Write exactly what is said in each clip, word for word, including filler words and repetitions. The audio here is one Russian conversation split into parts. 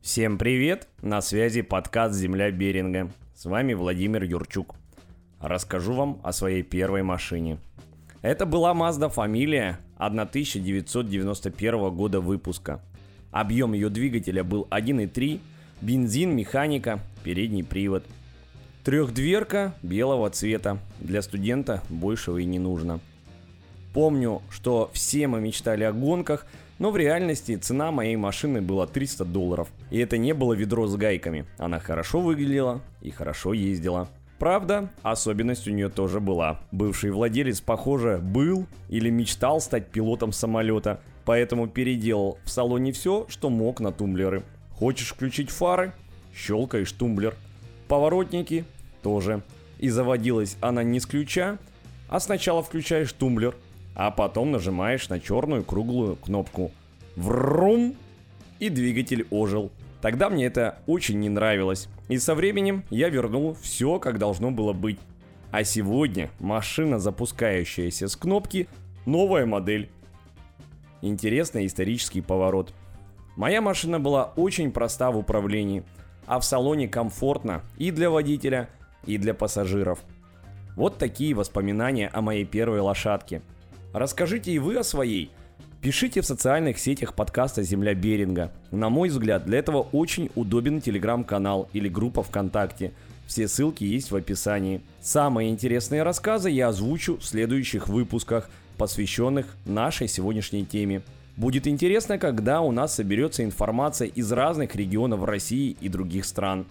Всем привет! На связи подкаст «Земля Беринга». С вами Владимир Юрчук. Расскажу вам о своей первой машине. Это была Mazda Familia тысяча девятьсот девяносто первого года выпуска. Объем ее двигателя был один и три, бензин, механика, передний привод. Трехдверка белого цвета. Для студента большего и не нужно. Помню, что все мы мечтали о гонках, но в реальности цена моей машины была триста долларов. И это не было ведро с гайками. Она хорошо выглядела и хорошо ездила. Правда, особенность у нее тоже была. Бывший владелец, похоже, был или мечтал стать пилотом самолета, поэтому переделал в салоне все, что мог на тумблеры. Хочешь включить фары? Щелкаешь тумблер. Поворотники? Тоже. И заводилась она не с ключа, а сначала включаешь тумблер, а потом нажимаешь на черную круглую кнопку. Врум! И двигатель ожил. Тогда мне это очень не нравилось. И со временем я вернул все, как должно было быть. А сегодня машина, запускающаяся с кнопки, новая модель. Интересный исторический поворот. Моя машина была очень проста в управлении, а в салоне комфортно и для водителя, и для пассажиров. Вот такие воспоминания о моей первой лошадке. Расскажите и вы о своей. Пишите в социальных сетях подкаста «Земля Беринга». На мой взгляд, для этого очень удобен телеграм-канал или группа ВКонтакте. Все ссылки есть в описании. Самые интересные рассказы я озвучу в следующих выпусках, посвященных нашей сегодняшней теме. Будет интересно, когда у нас соберется информация из разных регионов России и других стран.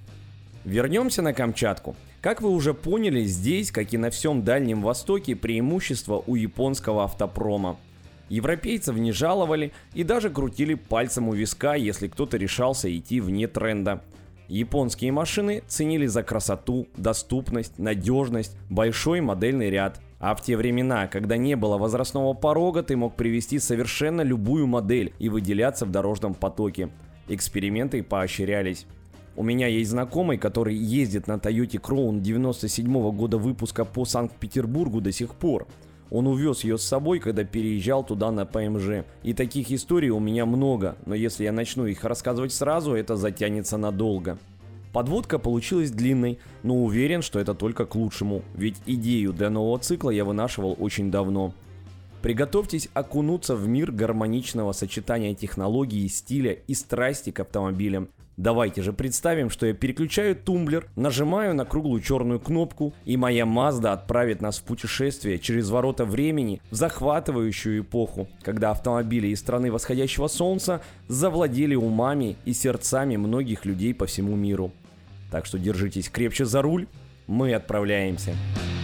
Вернемся на Камчатку. Как вы уже поняли, здесь, как и на всем Дальнем Востоке, преимущество у японского автопрома. Европейцев не жаловали и даже крутили пальцем у виска, если кто-то решался идти вне тренда. Японские машины ценили за красоту, доступность, надежность, большой модельный ряд. А в те времена, когда не было возрастного порога, ты мог привезти совершенно любую модель и выделяться в дорожном потоке. Эксперименты поощрялись. У меня есть знакомый, который ездит на Toyota Crown девяносто седьмого года выпуска по Санкт-Петербургу до сих пор. Он увез ее с собой, когда переезжал туда на пэ эм жэ. И таких историй у меня много, но если я начну их рассказывать сразу, это затянется надолго. Подводка получилась длинной, но уверен, что это только к лучшему, ведь идею для нового цикла я вынашивал очень давно. Приготовьтесь окунуться в мир гармоничного сочетания технологий, стиля и страсти к автомобилям. Давайте же представим, что я переключаю тумблер, нажимаю на круглую черную кнопку, и моя Mazda отправит нас в путешествие через ворота времени в захватывающую эпоху, когда автомобили из страны восходящего солнца завладели умами и сердцами многих людей по всему миру. Так что держитесь крепче за руль, мы отправляемся.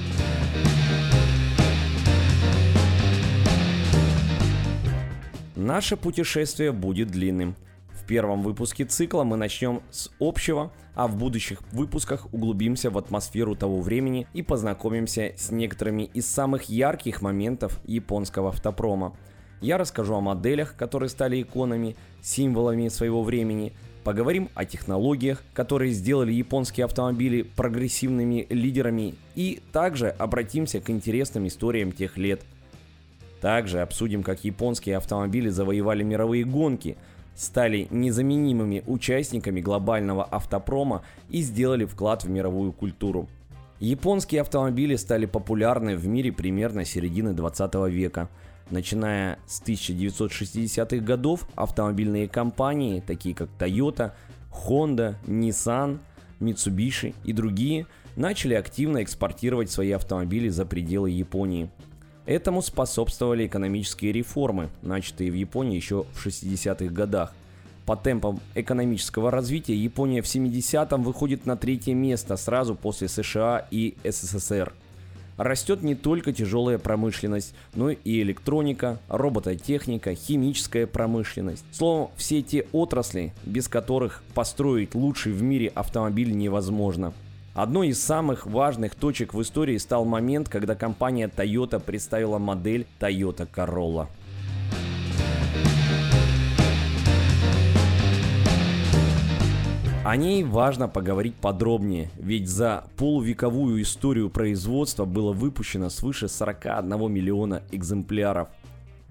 Наше путешествие будет длинным. В первом выпуске цикла мы начнем с общего, а в будущих выпусках углубимся в атмосферу того времени и познакомимся с некоторыми из самых ярких моментов японского автопрома. Я расскажу о моделях, которые стали иконами, символами своего времени, поговорим о технологиях, которые сделали японские автомобили прогрессивными лидерами, и также обратимся к интересным историям тех лет. Также обсудим, как японские автомобили завоевали мировые гонки, стали незаменимыми участниками глобального автопрома и сделали вклад в мировую культуру. Японские автомобили стали популярны в мире примерно с середины двадцатого века. Начиная с тысяча девятьсот шестидесятых годов автомобильные компании, такие как Toyota, Honda, Nissan, Mitsubishi и другие, начали активно экспортировать свои автомобили за пределы Японии. Этому способствовали экономические реформы, начатые в Японии еще в шестидесятых годах. По темпам экономического развития Япония в семидесятом выходит на третье место сразу после США и эс эс эс эр. Растет не только тяжелая промышленность, но и электроника, робототехника, химическая промышленность. Словом, все те отрасли, без которых построить лучший в мире автомобиль невозможно. Одной из самых важных точек в истории стал момент, когда компания Toyota представила модель Toyota Corolla. О ней важно поговорить подробнее, ведь за полувековую историю производства было выпущено свыше сорока одного миллиона экземпляров. В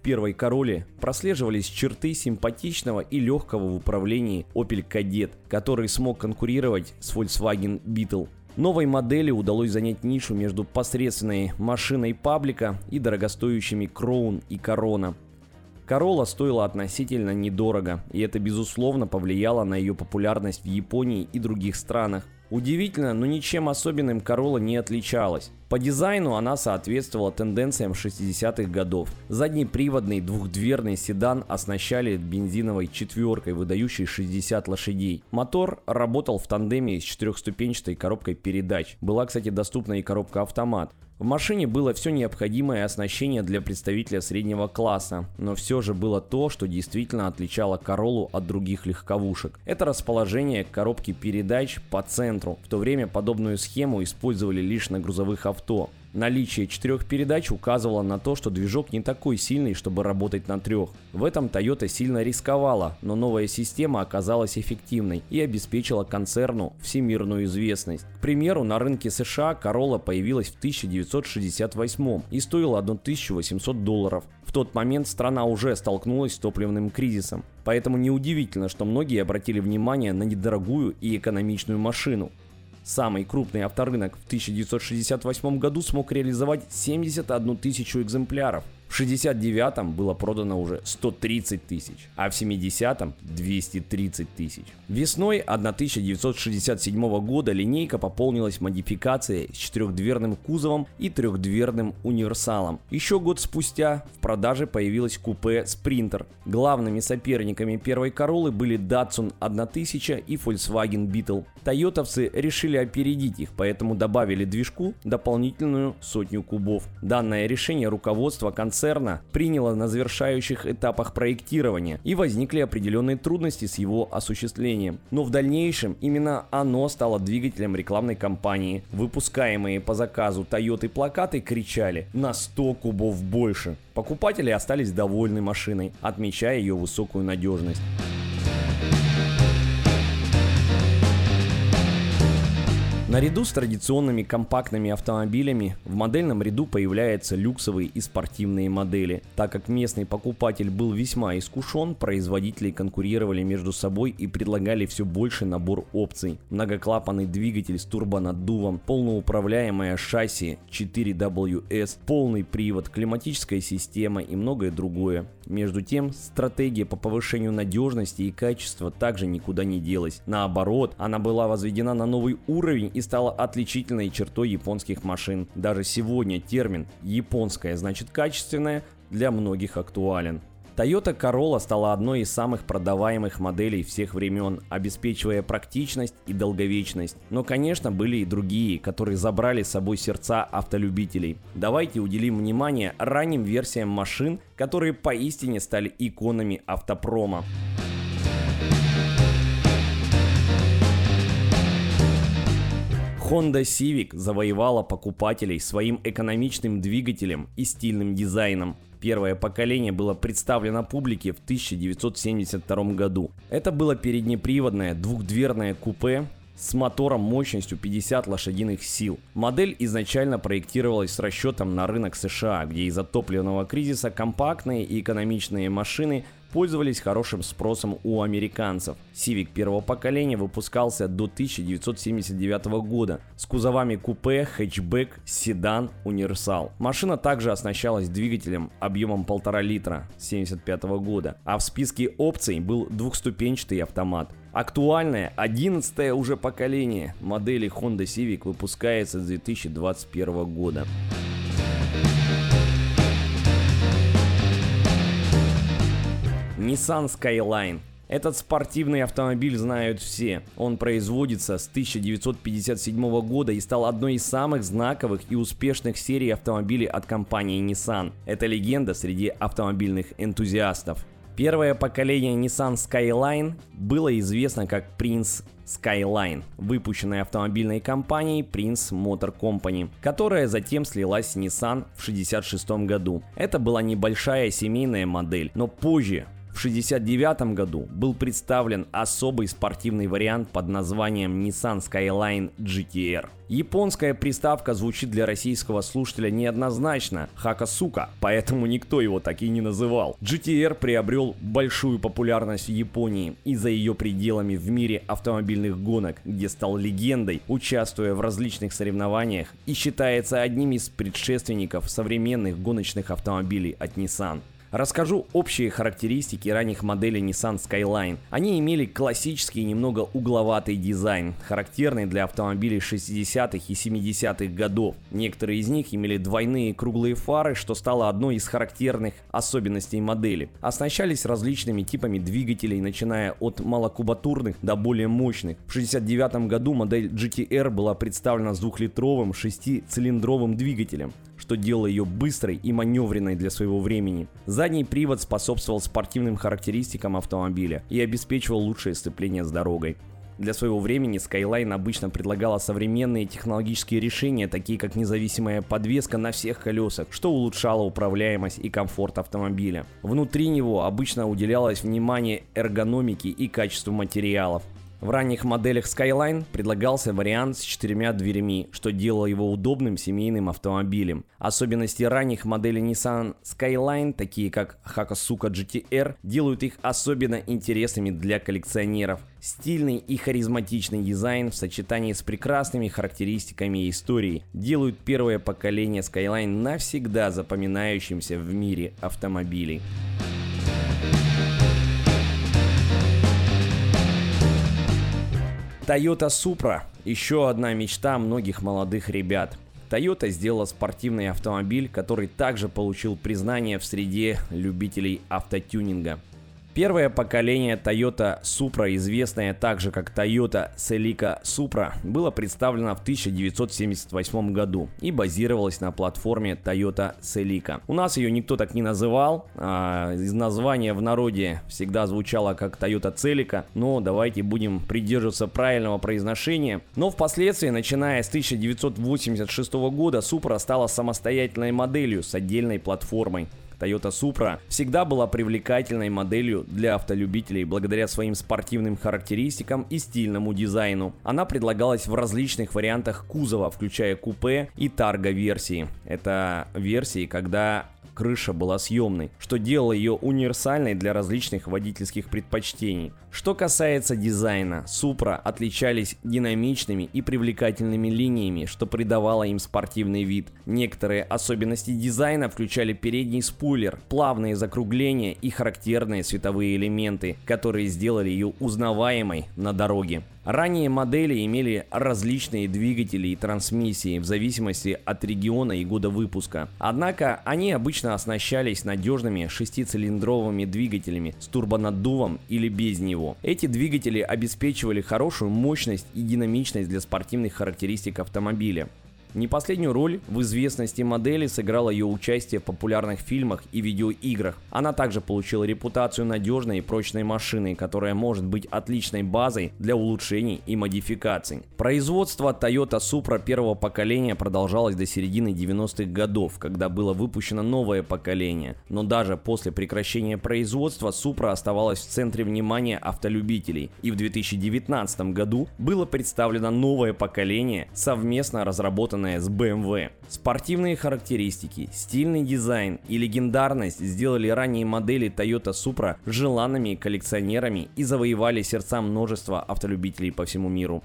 первой Короле прослеживались черты симпатичного и легкого в управлении Opel Kadett, который смог конкурировать с Volkswagen Beetle. Новой модели удалось занять нишу между посредственной машиной паблика и дорогостоящими Crown и Corona. Corolla стоила относительно недорого, и это безусловно повлияло на ее популярность в Японии и других странах. Удивительно, но ничем особенным Corolla не отличалась. По дизайну она соответствовала тенденциям шестидесятых годов. Заднеприводный двухдверный седан оснащали бензиновой четверкой, выдающей шестьдесят лошадей. Мотор работал в тандеме с четырехступенчатой коробкой передач. Была, кстати, доступна и коробка автомат. В машине было все необходимое оснащение для представителя среднего класса, но все же было то, что действительно отличало Короллу от других легковушек. Это расположение коробки передач по центру. В то время подобную схему использовали лишь на грузовых авто. Наличие четырех передач указывало на то, что движок не такой сильный, чтобы работать на трех. В этом Toyota сильно рисковала, но новая система оказалась эффективной и обеспечила концерну всемирную известность. К примеру, на рынке США Corolla появилась в тысяча девятьсот шестьдесят восьмом и стоила тысячу восемьсот долларов. В тот момент страна уже столкнулась с топливным кризисом, поэтому неудивительно, что многие обратили внимание на недорогую и экономичную машину. Самый крупный авторынок в тысяча девятьсот шестьдесят восьмом году смог реализовать семьдесят одну тысячу экземпляров. В шестьдесят девятом было продано уже сто тридцать тысяч, а в семидесятом двести тридцать тысяч. Весной тысяча девятьсот шестьдесят седьмого года линейка пополнилась модификацией с четырехдверным кузовом и трехдверным универсалом. Еще год спустя в продаже появилось купе Sprinter. Главными соперниками первой Короллы были Datsun тысяча и Volkswagen Beetle. Тойотовцы решили опередить их, поэтому добавили движку дополнительную сотню кубов. Данное решение руководство концерна Концерна приняло на завершающих этапах проектирования, и возникли определенные трудности с его осуществлением. Но в дальнейшем именно оно стало двигателем рекламной кампании. Выпускаемые по заказу Toyota плакаты кричали «на сто кубов больше». Покупатели остались довольны машиной, отмечая ее высокую надежность. Наряду с традиционными компактными автомобилями в модельном ряду появляются люксовые и спортивные модели. Так как местный покупатель был весьма искушен, производители конкурировали между собой и предлагали все больший набор опций. Многоклапанный двигатель с турбонаддувом, полноуправляемое шасси четыре дабл ю эс, полный привод, климатическая система и многое другое. Между тем, стратегия по повышению надежности и качества также никуда не делась. Наоборот, она была возведена на новый уровень и стала отличительной чертой японских машин. Даже сегодня термин «японская» значит «качественная» для многих актуален. Toyota Corolla стала одной из самых продаваемых моделей всех времен, обеспечивая практичность и долговечность. Но, конечно, были и другие, которые забрали с собой сердца автолюбителей. Давайте уделим внимание ранним версиям машин, которые поистине стали иконами автопрома. Honda Civic завоевала покупателей своим экономичным двигателем и стильным дизайном. Первое поколение было представлено публике в тысяча девятьсот семьдесят втором году. Это было переднеприводное двухдверное купе с мотором мощностью пятьдесят лошадиных сил. Модель изначально проектировалась с расчетом на рынок США, где из-за топливного кризиса компактные и экономичные машины пользовались хорошим спросом у американцев. Civic первого поколения выпускался до тысяча девятьсот семьдесят девятого года с кузовами купе, хэтчбэк, седан, универсал. Машина также оснащалась двигателем объемом полтора литра с семьдесят пятого года, а в списке опций был двухступенчатый автомат. Актуальное одиннадцатое уже поколение модели Honda Civic выпускается с две тысячи двадцать первого года. Nissan Skyline. Этот спортивный автомобиль знают все. Он производится с тысяча девятьсот пятьдесят седьмого года и стал одной из самых знаковых и успешных серий автомобилей от компании Nissan. Это легенда среди автомобильных энтузиастов. Первое поколение Nissan Skyline было известно как Prince Skyline, выпущенная автомобильной компанией Prince Motor Company, которая затем слилась с Nissan в шестьдесят шестом году. Это была небольшая семейная модель, но позже, В шестьдесят девятом году был представлен особый спортивный вариант под названием Nissan Skyline джи ти ар. Японская приставка звучит для российского слушателя неоднозначно – Хакасука, поэтому никто его так и не называл. джи ти ар приобрел большую популярность в Японии и за ее пределами в мире автомобильных гонок, где стал легендой, участвуя в различных соревнованиях и считается одним из предшественников современных гоночных автомобилей от Nissan. Расскажу общие характеристики ранних моделей Nissan Skyline. Они имели классический и немного угловатый дизайн, характерный для автомобилей шестидесятых и семидесятых годов. Некоторые из них имели двойные круглые фары, что стало одной из характерных особенностей модели. Оснащались различными типами двигателей, начиная от малокубатурных до более мощных. В шестьдесят девятом году модель джи ти ар была представлена с двухлитровым шестицилиндровым двигателем, что делало ее быстрой и маневренной для своего времени. Задний привод способствовал спортивным характеристикам автомобиля и обеспечивал лучшее сцепление с дорогой. Для своего времени Skyline обычно предлагала современные технологические решения, такие как независимая подвеска на всех колесах, что улучшало управляемость и комфорт автомобиля. Внутри него обычно уделялось внимание эргономике и качеству материалов. В ранних моделях Skyline предлагался вариант с четырьмя дверями, что делало его удобным семейным автомобилем. Особенности ранних моделей Nissan Skyline, такие как Хакасука джи ти ар, делают их особенно интересными для коллекционеров. Стильный и харизматичный дизайн в сочетании с прекрасными характеристиками и историей делают первое поколение Skyline навсегда запоминающимся в мире автомобилей. Toyota Supra – еще одна мечта многих молодых ребят. Toyota сделала спортивный автомобиль, который также получил признание в среде любителей автотюнинга. Первое поколение Toyota Supra, известное также как Toyota Celica Supra, было представлено в тысяча девятьсот семьдесят восьмом году и базировалось на платформе Toyota Celica. У нас ее никто так не называл, а из названия в народе всегда звучало как Toyota Celica, но давайте будем придерживаться правильного произношения. Но впоследствии, начиная с тысяча девятьсот восемьдесят шестого года, Supra стала самостоятельной моделью с отдельной платформой. Toyota Supra всегда была привлекательной моделью для автолюбителей благодаря своим спортивным характеристикам и стильному дизайну. Она предлагалась в различных вариантах кузова, включая купе и тарго-версии. Это версии, когда крыша была съемной, что делало ее универсальной для различных водительских предпочтений. Что касается дизайна, Supra отличались динамичными и привлекательными линиями, что придавало им спортивный вид. Некоторые особенности дизайна включали передний спойлер, плавные закругления и характерные световые элементы, которые сделали ее узнаваемой на дороге. Ранние модели имели различные двигатели и трансмиссии в зависимости от региона и года выпуска. Однако они обычно оснащались надежными шестицилиндровыми двигателями с турбонаддувом или без него. Эти двигатели обеспечивали хорошую мощность и динамичность для спортивных характеристик автомобиля. Не последнюю роль в известности модели сыграло ее участие в популярных фильмах и видеоиграх. Она также получила репутацию надежной и прочной машины, которая может быть отличной базой для улучшений и модификаций. Производство Toyota Supra первого поколения продолжалось до середины девяностых годов, когда было выпущено новое поколение. Но даже после прекращения производства Supra оставалась в центре внимания автолюбителей. И в две тысячи девятнадцатом году было представлено новое поколение, совместно разработанное с бэ эм вэ. Спортивные характеристики, стильный дизайн и легендарность сделали ранние модели Toyota Supra желанными коллекционерами и завоевали сердца множества автолюбителей по всему миру.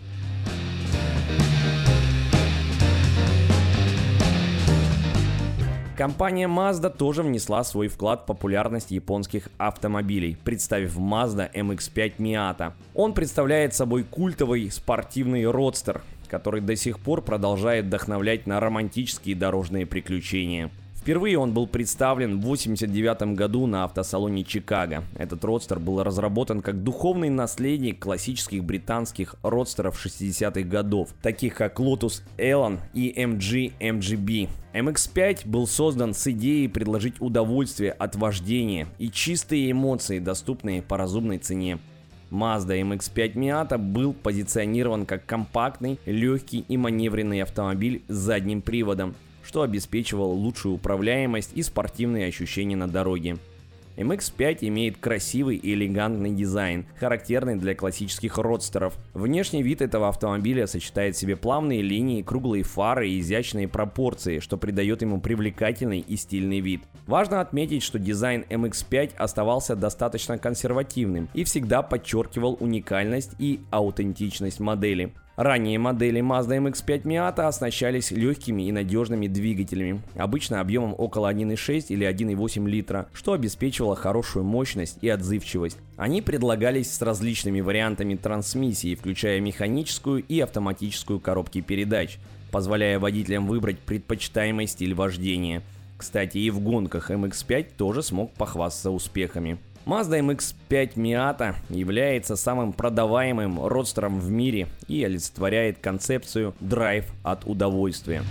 Компания Mazda тоже внесла свой вклад в популярность японских автомобилей, представив Mazda эм икс пять Miata. Он представляет собой культовый спортивный родстер, который до сих пор продолжает вдохновлять на романтические дорожные приключения. Впервые он был представлен в восемьдесят девятом году на автосалоне Чикаго. Этот родстер был разработан как духовный наследник классических британских родстеров шестидесятых годов, таких как Lotus Elan и эм джи эм джи би. эм икс пять был создан с идеей предложить удовольствие от вождения и чистые эмоции, доступные по разумной цене. Mazda эм икс пять Miata был позиционирован как компактный, легкий и маневренный автомобиль с задним приводом, что обеспечивало лучшую управляемость и спортивные ощущения на дороге. эм икс пять имеет красивый и элегантный дизайн, характерный для классических родстеров. Внешний вид этого автомобиля сочетает в себе плавные линии, круглые фары и изящные пропорции, что придает ему привлекательный и стильный вид. Важно отметить, что дизайн эм икс пять оставался достаточно консервативным и всегда подчеркивал уникальность и аутентичность модели. Ранние модели Mazda эм икс пять Miata оснащались легкими и надежными двигателями, обычно объемом около один и шесть или один и восемь литра, что обеспечивало хорошую мощность и отзывчивость. Они предлагались с различными вариантами трансмиссии, включая механическую и автоматическую коробки передач, позволяя водителям выбрать предпочитаемый стиль вождения. Кстати, и в гонках эм икс пять тоже смог похвастаться успехами. Mazda эм икс пять Miata является самым продаваемым родстером в мире и олицетворяет концепцию «драйв от удовольствия».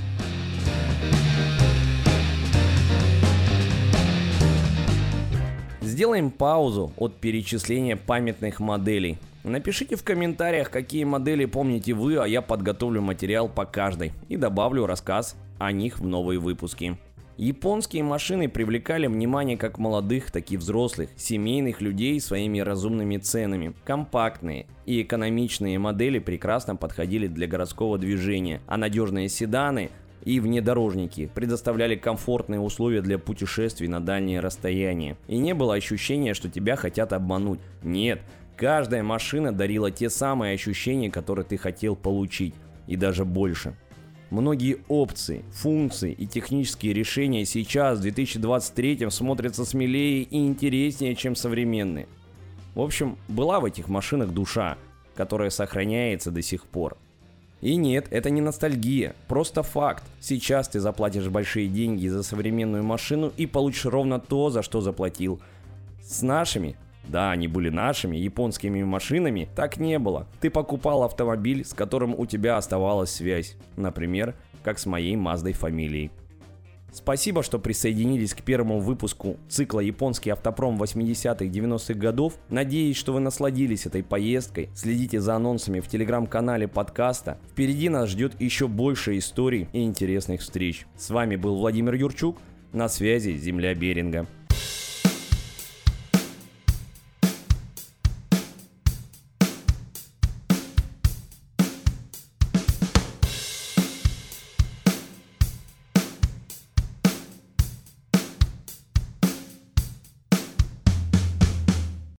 Сделаем паузу от перечисления памятных моделей. Напишите в комментариях, какие модели помните вы, а я подготовлю материал по каждой и добавлю рассказ о них в новые выпуски. Японские машины привлекали внимание как молодых, так и взрослых, семейных людей своими разумными ценами. Компактные и экономичные модели прекрасно подходили для городского движения, а надежные седаны и внедорожники предоставляли комфортные условия для путешествий на дальние расстояния. И не было ощущения, что тебя хотят обмануть. Нет, каждая машина дарила те самые ощущения, которые ты хотел получить, и даже больше. Многие опции, функции и технические решения сейчас, в две тысячи двадцать третьем, смотрятся смелее и интереснее, чем современные. В общем, была в этих машинах душа, которая сохраняется до сих пор. И нет, это не ностальгия, просто факт. Сейчас ты заплатишь большие деньги за современную машину и получишь ровно то, за что заплатил. С нашими, да, они были нашими, японскими машинами, так не было. Ты покупал автомобиль, с которым у тебя оставалась связь. Например, как с моей Маздой фамилией. Спасибо, что присоединились к первому выпуску цикла «Японский автопром восьмидесятых-девяностых годов». Надеюсь, что вы насладились этой поездкой. Следите за анонсами в телеграм-канале подкаста. Впереди нас ждет еще больше историй и интересных встреч. С вами был Владимир Юрчук. На связи Земля Беринга.